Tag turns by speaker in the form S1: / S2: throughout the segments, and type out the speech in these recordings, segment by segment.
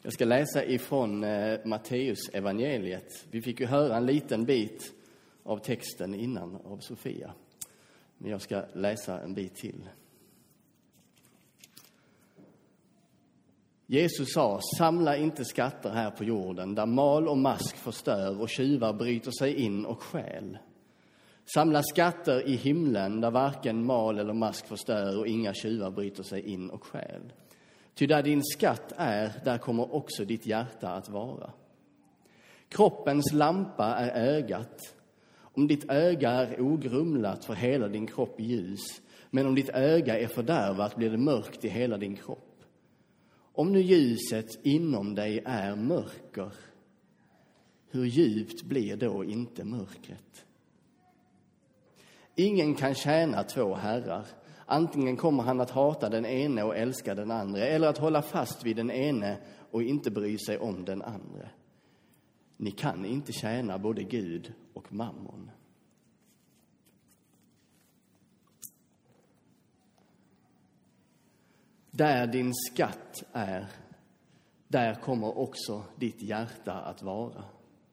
S1: Jag ska läsa ifrån Matteus evangeliet. Vi fick ju höra en liten bit av texten innan av Sofia. Men jag ska läsa en bit till. Jesus sa, samla inte skatter här på jorden där mal och mask förstör och tjuvar bryter sig in och stjäl. Samla skatter i himlen där varken mal eller mask förstör och inga tjuvar bryter sig in och stjäl. Ty där din skatt är, där kommer också ditt hjärta att vara. Kroppens lampa är ögat. Om ditt öga är ogrumlat för hela din kropp ljus, men om ditt öga är fördärvat blir det mörkt i hela din kropp. Om nu ljuset inom dig är mörker, hur djupt blir då inte mörkret? Ingen kan tjäna två herrar. Antingen kommer han att hata den ene och älska den andra, eller att hålla fast vid den ene och inte bry sig om den andra. Ni kan inte tjäna både Gud och mammon. Där din skatt är, där kommer också ditt hjärta att vara.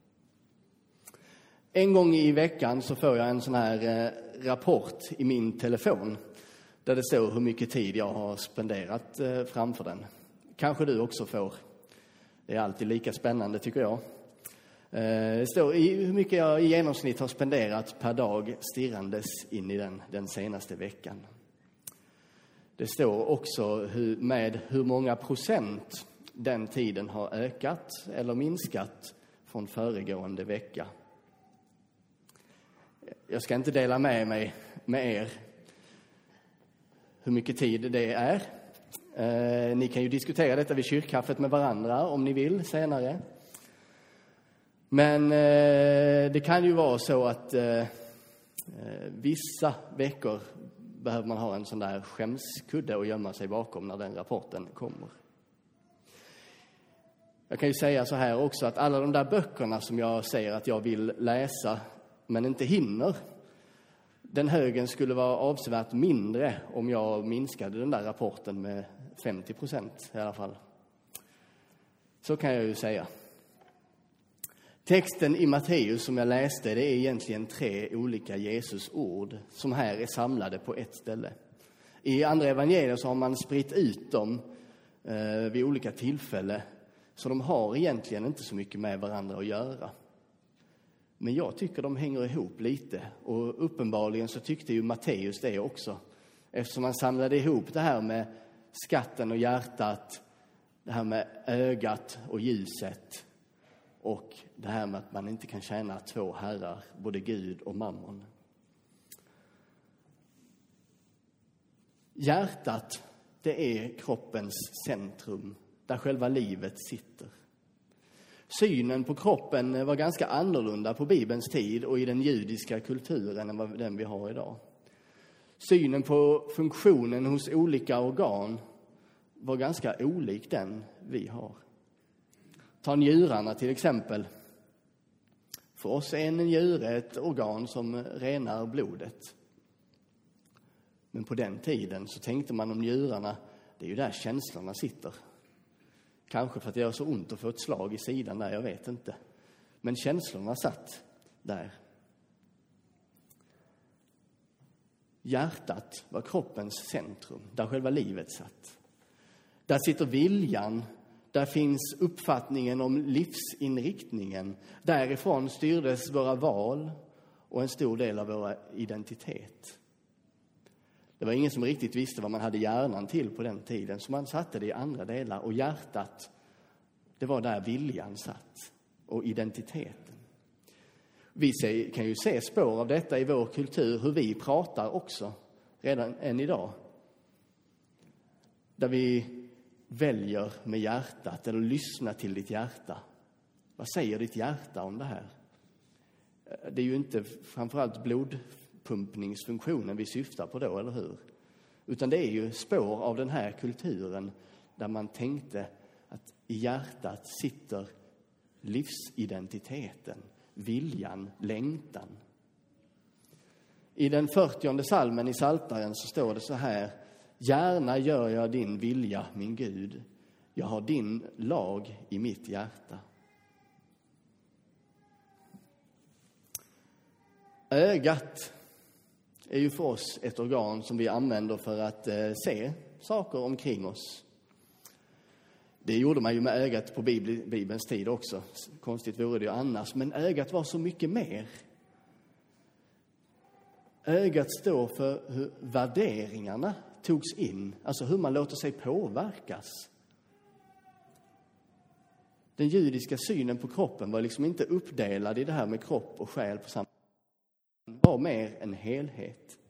S1: En gång i veckan så får jag en sån här rapport i min telefon där det står hur mycket tid jag har spenderat framför den. Kanske du också får. Det är alltid lika spännande tycker jag. Det står hur mycket jag i genomsnitt har spenderat per dag stirrandes in i den senaste veckan. Det står också hur många procent den tiden har ökat eller minskat från föregående vecka. Jag ska inte dela med mig med er hur mycket tid det är. Ni kan ju diskutera detta vid kyrkkaffet med varandra om ni vill senare. Men det kan ju vara så att vissa veckor behöver man ha en sån där skämskudde att gömma sig bakom när den rapporten kommer. Jag kan ju säga så här också att alla de där böckerna som jag säger att jag vill läsa men inte hinner, den högen skulle vara avsevärt mindre om jag minskade den där rapporten med 50% i alla fall. Så kan jag ju säga. Texten i Matteus som jag läste, det är egentligen 3 olika Jesusord som här är samlade på ett ställe. I andra evangelier så har man spritt ut dem vid olika tillfällen, så de har egentligen inte så mycket med varandra att göra. Men jag tycker de hänger ihop lite, och uppenbarligen så tyckte ju Matteus det också. Eftersom man samlade ihop det här med skatten och hjärtat, det här med ögat och ljuset och det här med att man inte kan tjäna 2 herrar, både Gud och mammon. Hjärtat, det är kroppens centrum, där själva livet sitter. Synen på kroppen var ganska annorlunda på Bibelns tid och i den judiska kulturen än vad den vi har idag. Synen på funktionen hos olika organ var ganska olik den vi har. Ta njurarna till exempel. För oss är en njure ett organ som renar blodet. Men på den tiden så tänkte man om njurarna, det är ju där känslorna sitter. Kanske för att det gör så ont att få ett slag i sidan där, jag vet inte. Men känslorna satt där. Hjärtat var kroppens centrum, där själva livet satt. Där sitter viljan, där finns uppfattningen om livsinriktningen. Därifrån styrdes våra val och en stor del av vår identitet. Det var ingen som riktigt visste vad man hade hjärnan till på den tiden, så man satte det i andra delar. Och hjärtat, det var där viljan satt och identiteten. Vi kan ju se spår av detta i vår kultur, hur vi pratar också, redan än idag. Där vi väljer med hjärtat eller lyssnar till ditt hjärta. Vad säger ditt hjärta om det här? Det är ju inte framförallt blodpumpningsfunktionen vi syftar på då, eller hur? Utan det är ju spår av den här kulturen där man tänkte att i hjärtat sitter livsidentiteten, viljan, längtan. I den 40:e salmen i Psaltaren så står det så här: gärna gör jag din vilja, min Gud. Jag har din lag i mitt hjärta. Ögat är ju för oss ett organ som vi använder för att se saker omkring oss. Det gjorde man ju med ögat på Bibelns tid också. Konstigt vore det ju annars. Men ögat var så mycket mer. Ögat står för hur värderingarna togs in. Alltså hur man låter sig påverkas. Den judiska synen på kroppen var liksom inte uppdelad i det här med kropp och själ på samma sätt. Det var mer en helhet.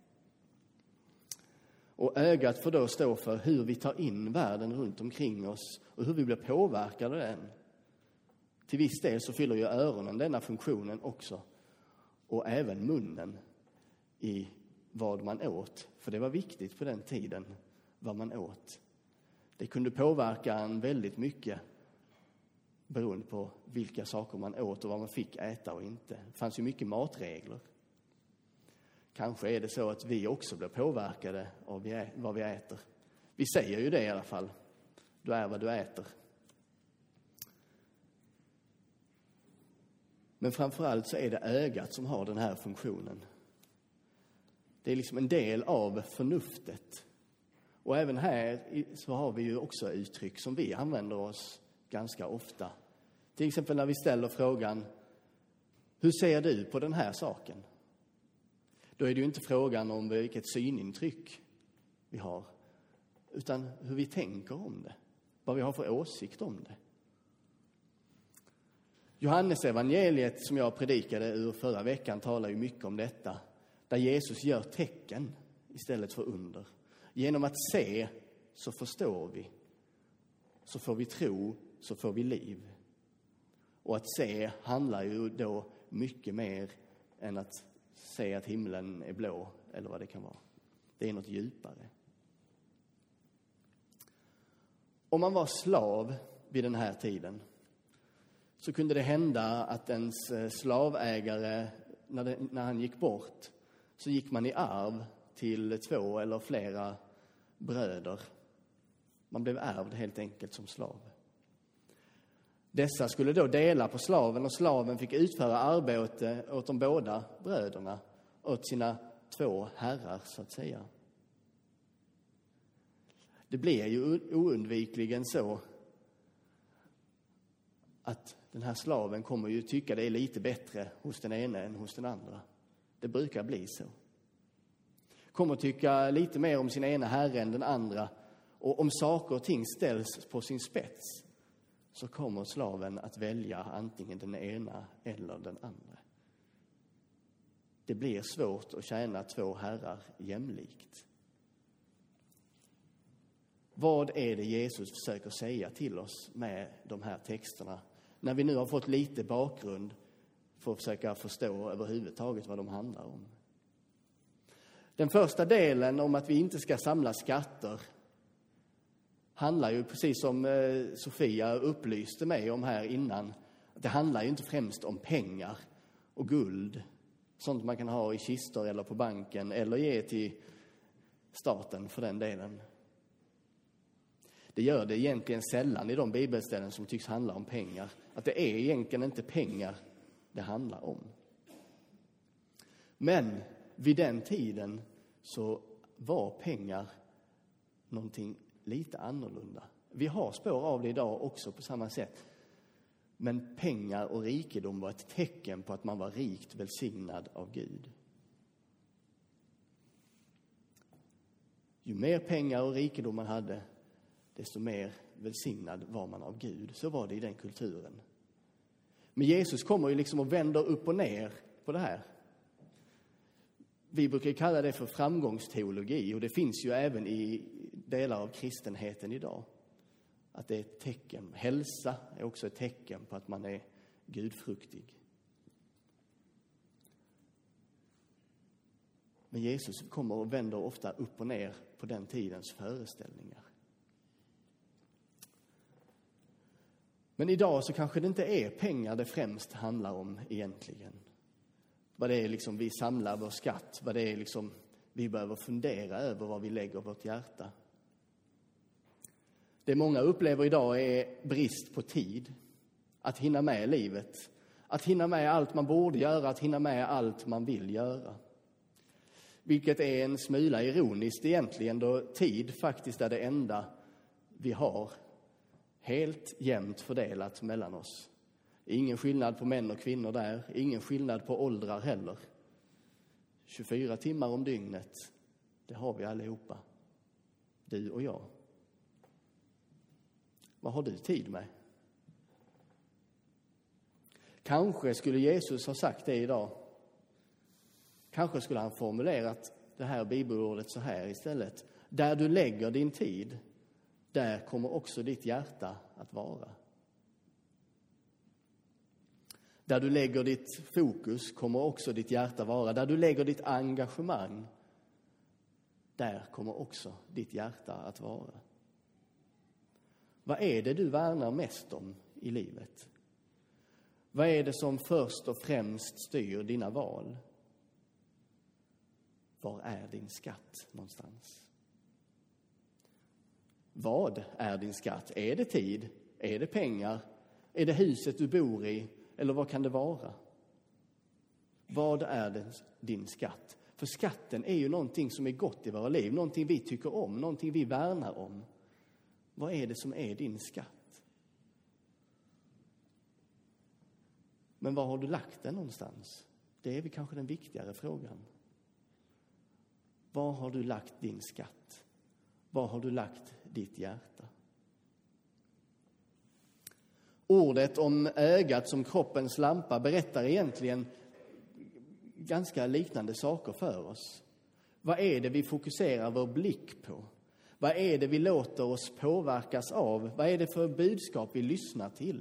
S1: Och ögat får då stå för hur vi tar in världen runt omkring oss och hur vi blir påverkade av den. Till viss del så fyller ju öronen denna funktionen också. Och även munnen i vad man åt. För det var viktigt på den tiden vad man åt. Det kunde påverka en väldigt mycket beroende på vilka saker man åt och vad man fick äta och inte. Det fanns ju mycket matregler. Kanske är det så att vi också blir påverkade av vad vi äter. Vi säger ju det i alla fall. Du är vad du äter. Men framförallt så är det ögat som har den här funktionen. Det är liksom en del av förnuftet. Och även här så har vi ju också uttryck som vi använder oss ganska ofta. Till exempel när vi ställer frågan: hur ser du på den här saken? Då är det ju inte frågan om vilket synintryck vi har, utan hur vi tänker om det. Vad vi har för åsikt om det. Johannes evangeliet som jag predikade ur förra veckan talar ju mycket om detta. Där Jesus gör tecken istället för under. Genom att se så förstår vi. Så får vi tro, så får vi liv. Och att se handlar ju då mycket mer än att se att himlen är blå eller vad det kan vara. Det är något djupare. Om man var slav vid den här tiden så kunde det hända att ens slavägare, när han gick bort, så gick man i arv till 2 eller flera bröder. Man blev ärvd helt enkelt som slav. Dessa skulle då dela på slaven och slaven fick utföra arbete åt de båda bröderna, åt sina 2 herrar så att säga. Det blir ju oundvikligen så att den här slaven kommer ju tycka det är lite bättre hos den ena än hos den andra. Det brukar bli så. Kommer tycka lite mer om sin ena herre än den andra. Och om saker och ting ställs på sin spets så kommer slaven att välja antingen den ena eller den andra. Det blir svårt att tjäna 2 herrar jämlikt. Vad är det Jesus försöker säga till oss med de här texterna? När vi nu har fått lite bakgrund för att försöka förstå överhuvudtaget vad de handlar om. Den första delen om att vi inte ska samla skatter handlar ju, precis som Sofia upplyste mig om här innan, det handlar ju inte främst om pengar och guld, sånt man kan ha i kistor eller på banken eller ge till staten för den delen. Det gör det egentligen sällan i de bibelställen som tycks handla om pengar. Att det är egentligen inte pengar det handlar om. Men vid den tiden så var pengar någonting lite annorlunda. Vi har spår av det idag också på samma sätt. Men pengar och rikedom var ett tecken på att man var rikt välsignad av Gud. Ju mer pengar och rikedom man hade, desto mer välsignad var man av Gud. Så var det i den kulturen. Men Jesus kommer ju liksom och vänder upp och ner på det här. Vi brukar kalla det för framgångsteologi, och det finns ju även i delar av kristenheten idag. Att det är ett tecken. Hälsa är också ett tecken på att man är gudfruktig. Men Jesus kommer och vänder ofta upp och ner på den tidens föreställningar. Men idag så kanske det inte är pengar det främst handlar om egentligen. Vad det är liksom vi samlar vår skatt, vad det är liksom vi behöver fundera över vad vi lägger vårt hjärta. Det många upplever idag är brist på tid. Att hinna med livet. Att hinna med allt man borde göra, att hinna med allt man vill göra. Vilket är en smula ironiskt egentligen, då tid faktiskt är det enda vi har. Helt jämnt fördelat mellan oss. Ingen skillnad på män och kvinnor där. Ingen skillnad på åldrar heller. 24 timmar om dygnet, det har vi allihopa. Du och jag. Vad har du tid med? Kanske skulle Jesus ha sagt det idag. Kanske skulle han formulerat det här bibelordet så här istället. Där du lägger din tid, där kommer också ditt hjärta att vara. Där du lägger ditt fokus kommer också ditt hjärta vara. Där du lägger ditt engagemang, där kommer också ditt hjärta att vara. Vad är det du värnar mest om i livet? Vad är det som först och främst styr dina val? Var är din skatt någonstans? Vad är din skatt? Är det tid? Är det pengar? Är det huset du bor i? Eller vad kan det vara? Vad är din skatt? För skatten är ju någonting som är gott i våra liv. Någonting vi tycker om, någonting vi värnar om. Vad är det som är din skatt? Men var har du lagt den någonstans? Det är väl kanske den viktigare frågan. Var har du lagt din skatt? Var har du lagt ditt hjärta? Ordet om ögat som kroppens lampa berättar egentligen ganska liknande saker för oss. Vad är det vi fokuserar vår blick på? Vad är det vi låter oss påverkas av? Vad är det för budskap vi lyssnar till?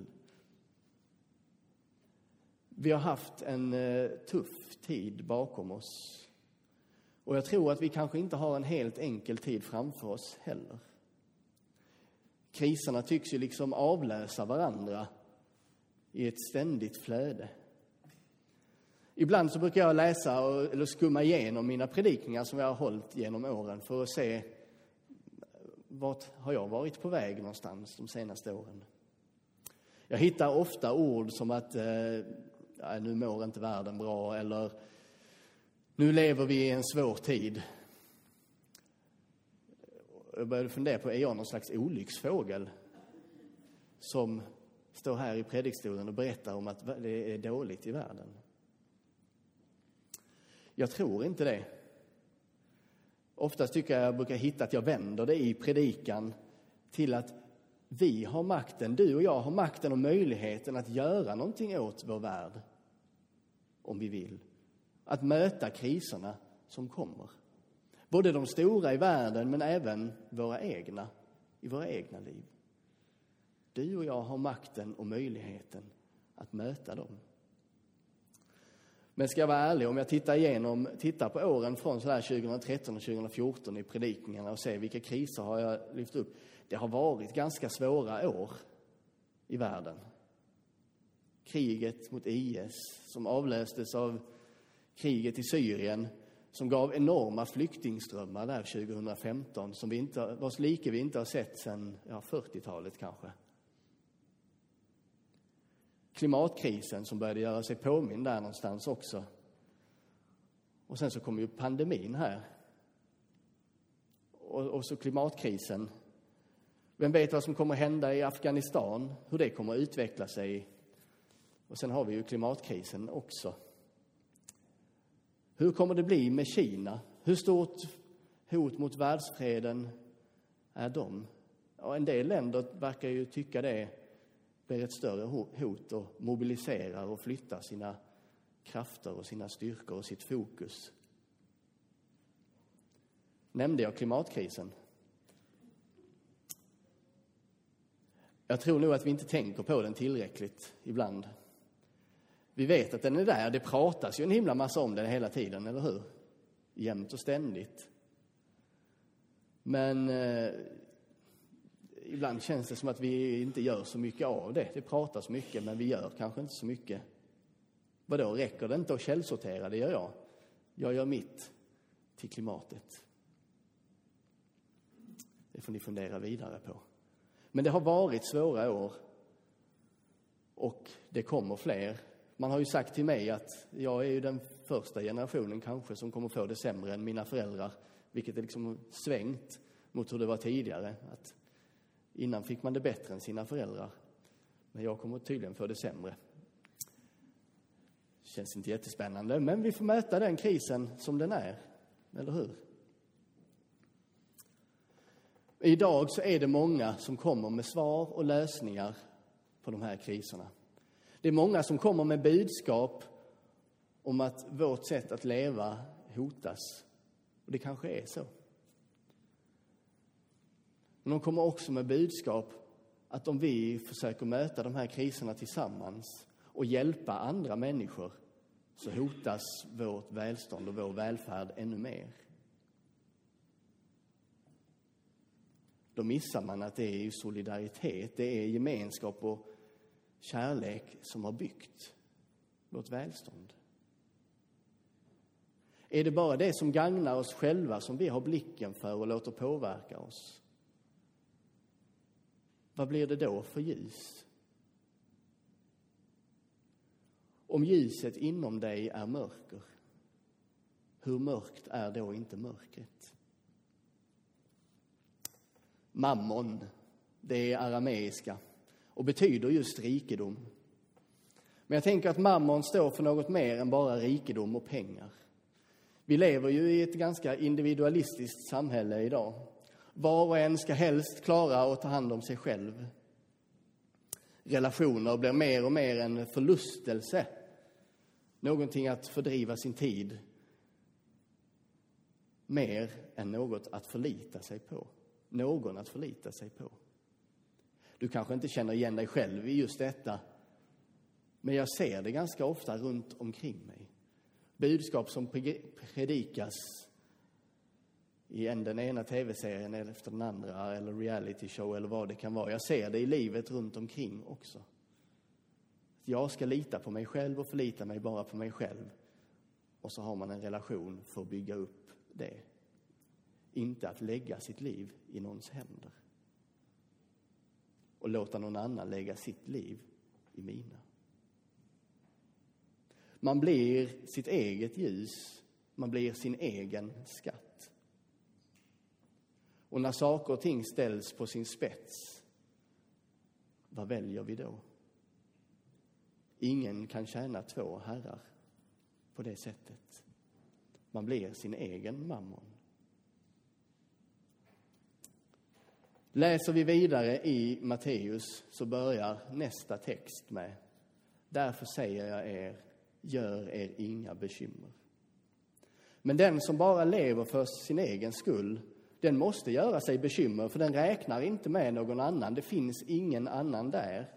S1: Vi har haft en tuff tid bakom oss. Och jag tror att vi kanske inte har en helt enkel tid framför oss heller. Kriserna tycks ju liksom avlösa varandra i ett ständigt flöde. Ibland så brukar jag läsa eller skumma igenom mina predikningar som jag har hållit genom åren för att se vart har jag varit på väg någonstans de senaste åren. Jag hittar ofta ord som att nu mår inte världen bra eller nu lever vi i en svår tid. Jag började fundera på, är jag någon slags olycksfågel som står här i predikstolen och berättar om att det är dåligt i världen? Jag tror inte det. Oftast tycker jag brukar hitta att jag vänder det i predikan till att vi har makten, du och jag har makten och möjligheten att göra någonting åt vår värld om vi vill. Att möta kriserna som kommer. Både de stora i världen men även våra egna, i våra egna liv. Du och jag har makten och möjligheten att möta dem. Men ska jag vara ärlig, om jag tittar på åren från så här 2013 och 2014 i predikningarna och ser vilka kriser har jag lyft upp. Det har varit ganska svåra år i världen. Kriget mot IS som avlöstes av kriget i Syrien som gav enorma flyktingströmmar där 2015 vars like vi inte har sett sedan 40-talet kanske. Klimatkrisen som började göra sig påmind där någonstans också. Och sen så kom ju pandemin här. Och så klimatkrisen. Vem vet vad som kommer hända i Afghanistan? Hur det kommer att utveckla sig. Och sen har vi ju klimatkrisen också. Hur kommer det bli med Kina? Hur stort hot mot världsfreden är de? Ja, en del länder verkar ju tycka det blir ett större hot och mobiliserar och flyttar sina krafter och sina styrkor och sitt fokus. Nämnde jag klimatkrisen? Jag tror nog att vi inte tänker på den tillräckligt ibland. Vi vet att den är där. Det pratas ju en himla massa om den hela tiden, eller hur? Jämt och ständigt. Men ibland känns det som att vi inte gör så mycket av det. Det pratas mycket, men vi gör kanske inte så mycket. Vadå, räcker det inte att källsortera? Det gör jag. Jag gör mitt till klimatet. Det får ni fundera vidare på. Men det har varit svåra år. Och det kommer fler. Man har ju sagt till mig att jag är ju den första generationen kanske som kommer få det sämre än mina föräldrar. Vilket är liksom svängt mot hur det var tidigare. Att innan fick man det bättre än sina föräldrar. Men jag kommer tydligen få det sämre. Känns inte jättespännande, men vi får möta den krisen som den är. Eller hur? Idag så är det många som kommer med svar och lösningar på de här kriserna. Det är många som kommer med budskap om att vårt sätt att leva hotas. Och det kanske är så. Men de kommer också med budskap att om vi försöker möta de här kriserna tillsammans och hjälpa andra människor så hotas vårt välstånd och vår välfärd ännu mer. Då missar man att det är ju solidaritet, det är gemenskap och kärlek som har byggt vårt välstånd. Är det bara det som gagnar oss själva som vi har blicken för och låter påverka oss? Vad blir det då för ljus? Om ljuset inom dig är mörker, hur mörkt är då inte mörkret? Mammon, det är arameiska och betyder just rikedom. Men jag tänker att mammon står för något mer än bara rikedom och pengar. Vi lever ju i ett ganska individualistiskt samhälle idag. Var och en ska helst klara och ta hand om sig själv. Relationer blir mer och mer en förlustelse. Någonting att fördriva sin tid. Mer än något att förlita sig på. Någon att förlita sig på. Du kanske inte känner igen dig själv i just detta. Men jag ser det ganska ofta runt omkring mig. Budskap som predikas i den ena tv-serien eller efter den andra eller reality show eller vad det kan vara. Jag ser det i livet runt omkring också. Jag ska lita på mig själv och förlita mig bara på mig själv. Och så har man en relation för att bygga upp det. Inte att lägga sitt liv i någons händer. Och låta någon annan lägga sitt liv i mina. Man blir sitt eget ljus. Man blir sin egen skatt. Och när saker och ting ställs på sin spets, vad väljer vi då? Ingen kan tjäna två herrar på det sättet. Man blir sin egen mammon. Läser vi vidare i Matteus så börjar nästa text med: därför säger jag er, gör er inga bekymmer. Men den som bara lever för sin egen skull, den måste göra sig bekymmer, för den räknar inte med någon annan. Det finns ingen annan där.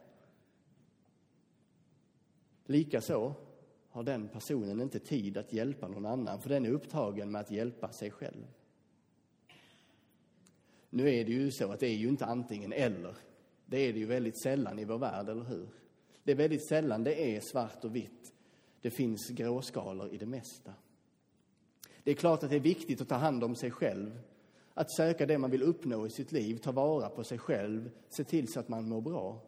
S1: Likaså har den personen inte tid att hjälpa någon annan, för den är upptagen med att hjälpa sig själv. Nu är det ju så att det är ju inte antingen eller. Det är det ju väldigt sällan i vår värld, eller hur? Det är väldigt sällan det är svart och vitt. Det finns gråskalor i det mesta. Det är klart att det är viktigt att ta hand om sig själv. Att söka det man vill uppnå i sitt liv, ta vara på sig själv, se till så att man mår bra.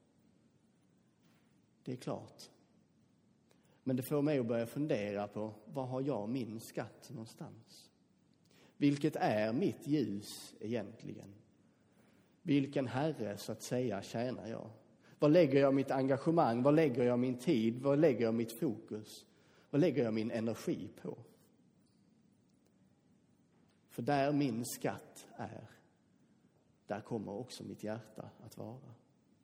S1: Det är klart. Men det får mig att börja fundera på, var har jag min skatt någonstans? Vilket är mitt ljus egentligen? Vilken herre så att säga tjänar jag? Var lägger jag mitt engagemang? Var lägger jag min tid? Var lägger jag mitt fokus? Vad lägger jag min energi på? För där min skatt är, där kommer också mitt hjärta att vara.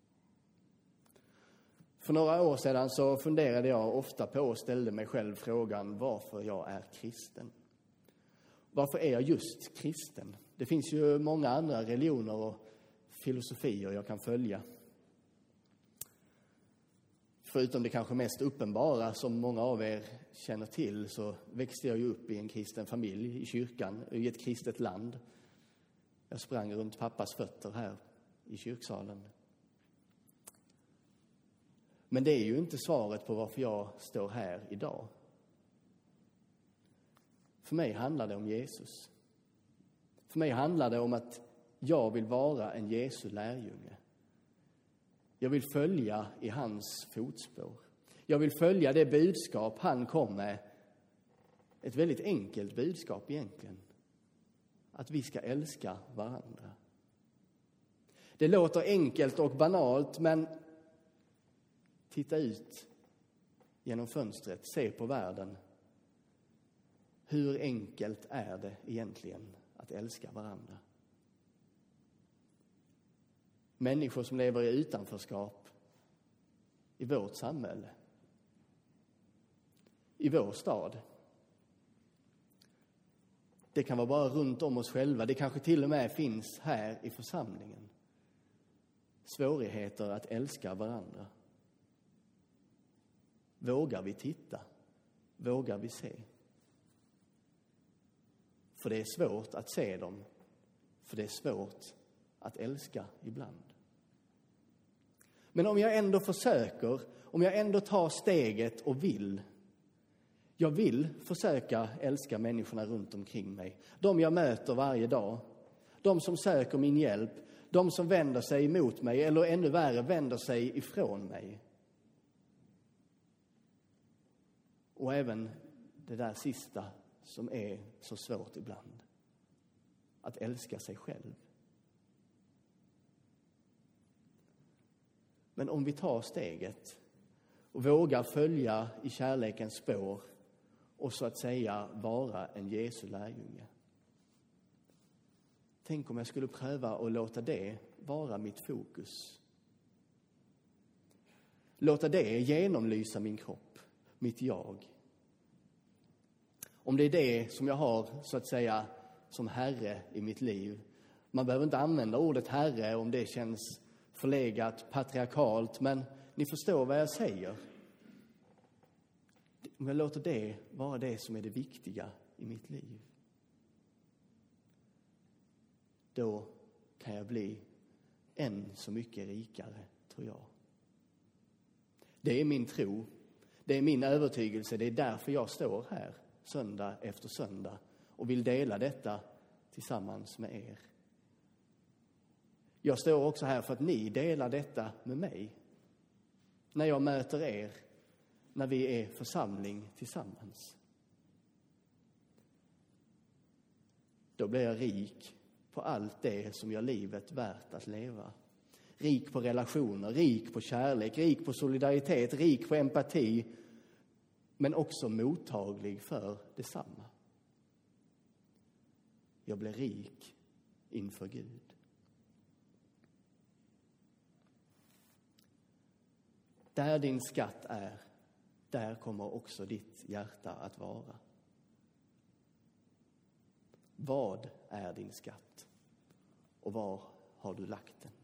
S1: För några år sedan så funderade jag ofta på och ställde mig själv frågan varför jag är kristen. Varför är jag just kristen? Det finns ju många andra religioner och filosofier jag kan följa. Förutom det kanske mest uppenbara som många av er känner till, så växte jag ju upp i en kristen familj i kyrkan, i ett kristet land. Jag sprang runt pappas fötter här i kyrksalen. Men det är ju inte svaret på varför jag står här idag. För mig handlar det om Jesus. För mig handlar det om att jag vill vara en Jesu lärjunge. Jag vill följa i hans fotspår. Jag vill följa det budskap han kom med. Ett väldigt enkelt budskap egentligen. Att vi ska älska varandra. Det låter enkelt och banalt, men titta ut genom fönstret, se på världen. Hur enkelt är det egentligen att älska varandra? Människor som lever i utanförskap i vårt samhälle, i vår stad. Det kan vara bara runt om oss själva. Det kanske till och med finns här i församlingen. Svårigheter att älska varandra. Vågar vi titta? Vågar vi se? För det är svårt att se dem. För det är svårt att älska ibland. Men om jag ändå försöker, om jag ändå tar steget och jag vill försöka älska människorna runt omkring mig. De jag möter varje dag. De som söker min hjälp. De som vänder sig emot mig eller ännu värre vänder sig ifrån mig. Och även det där sista som är så svårt ibland. Att älska sig själv. Men om vi tar steget och vågar följa i kärlekens spår och så att säga vara en Jesu lärjunge. Tänk om jag skulle pröva att låta det vara mitt fokus. Låta det genomlysa min kropp, mitt jag. Om det är det som jag har så att säga som herre i mitt liv. Man behöver inte använda ordet herre om det känns förlegat, patriarkalt, men ni förstår vad jag säger. Om jag låter det vara det som är det viktiga i mitt liv. Då kan jag bli än så mycket rikare, tror jag. Det är min tro. Det är min övertygelse. Det är därför jag står här söndag efter söndag och vill dela detta tillsammans med er. Jag står också här för att ni delar detta med mig. När jag möter er, när vi är församling tillsammans. Då blir jag rik på allt det som gör livet värt att leva. Rik på relationer, rik på kärlek, rik på solidaritet, rik på empati. Men också mottaglig för detsamma. Jag blir rik inför Gud. Där din skatt är, där kommer också ditt hjärta att vara. Vad är din skatt? Och var har du lagt den?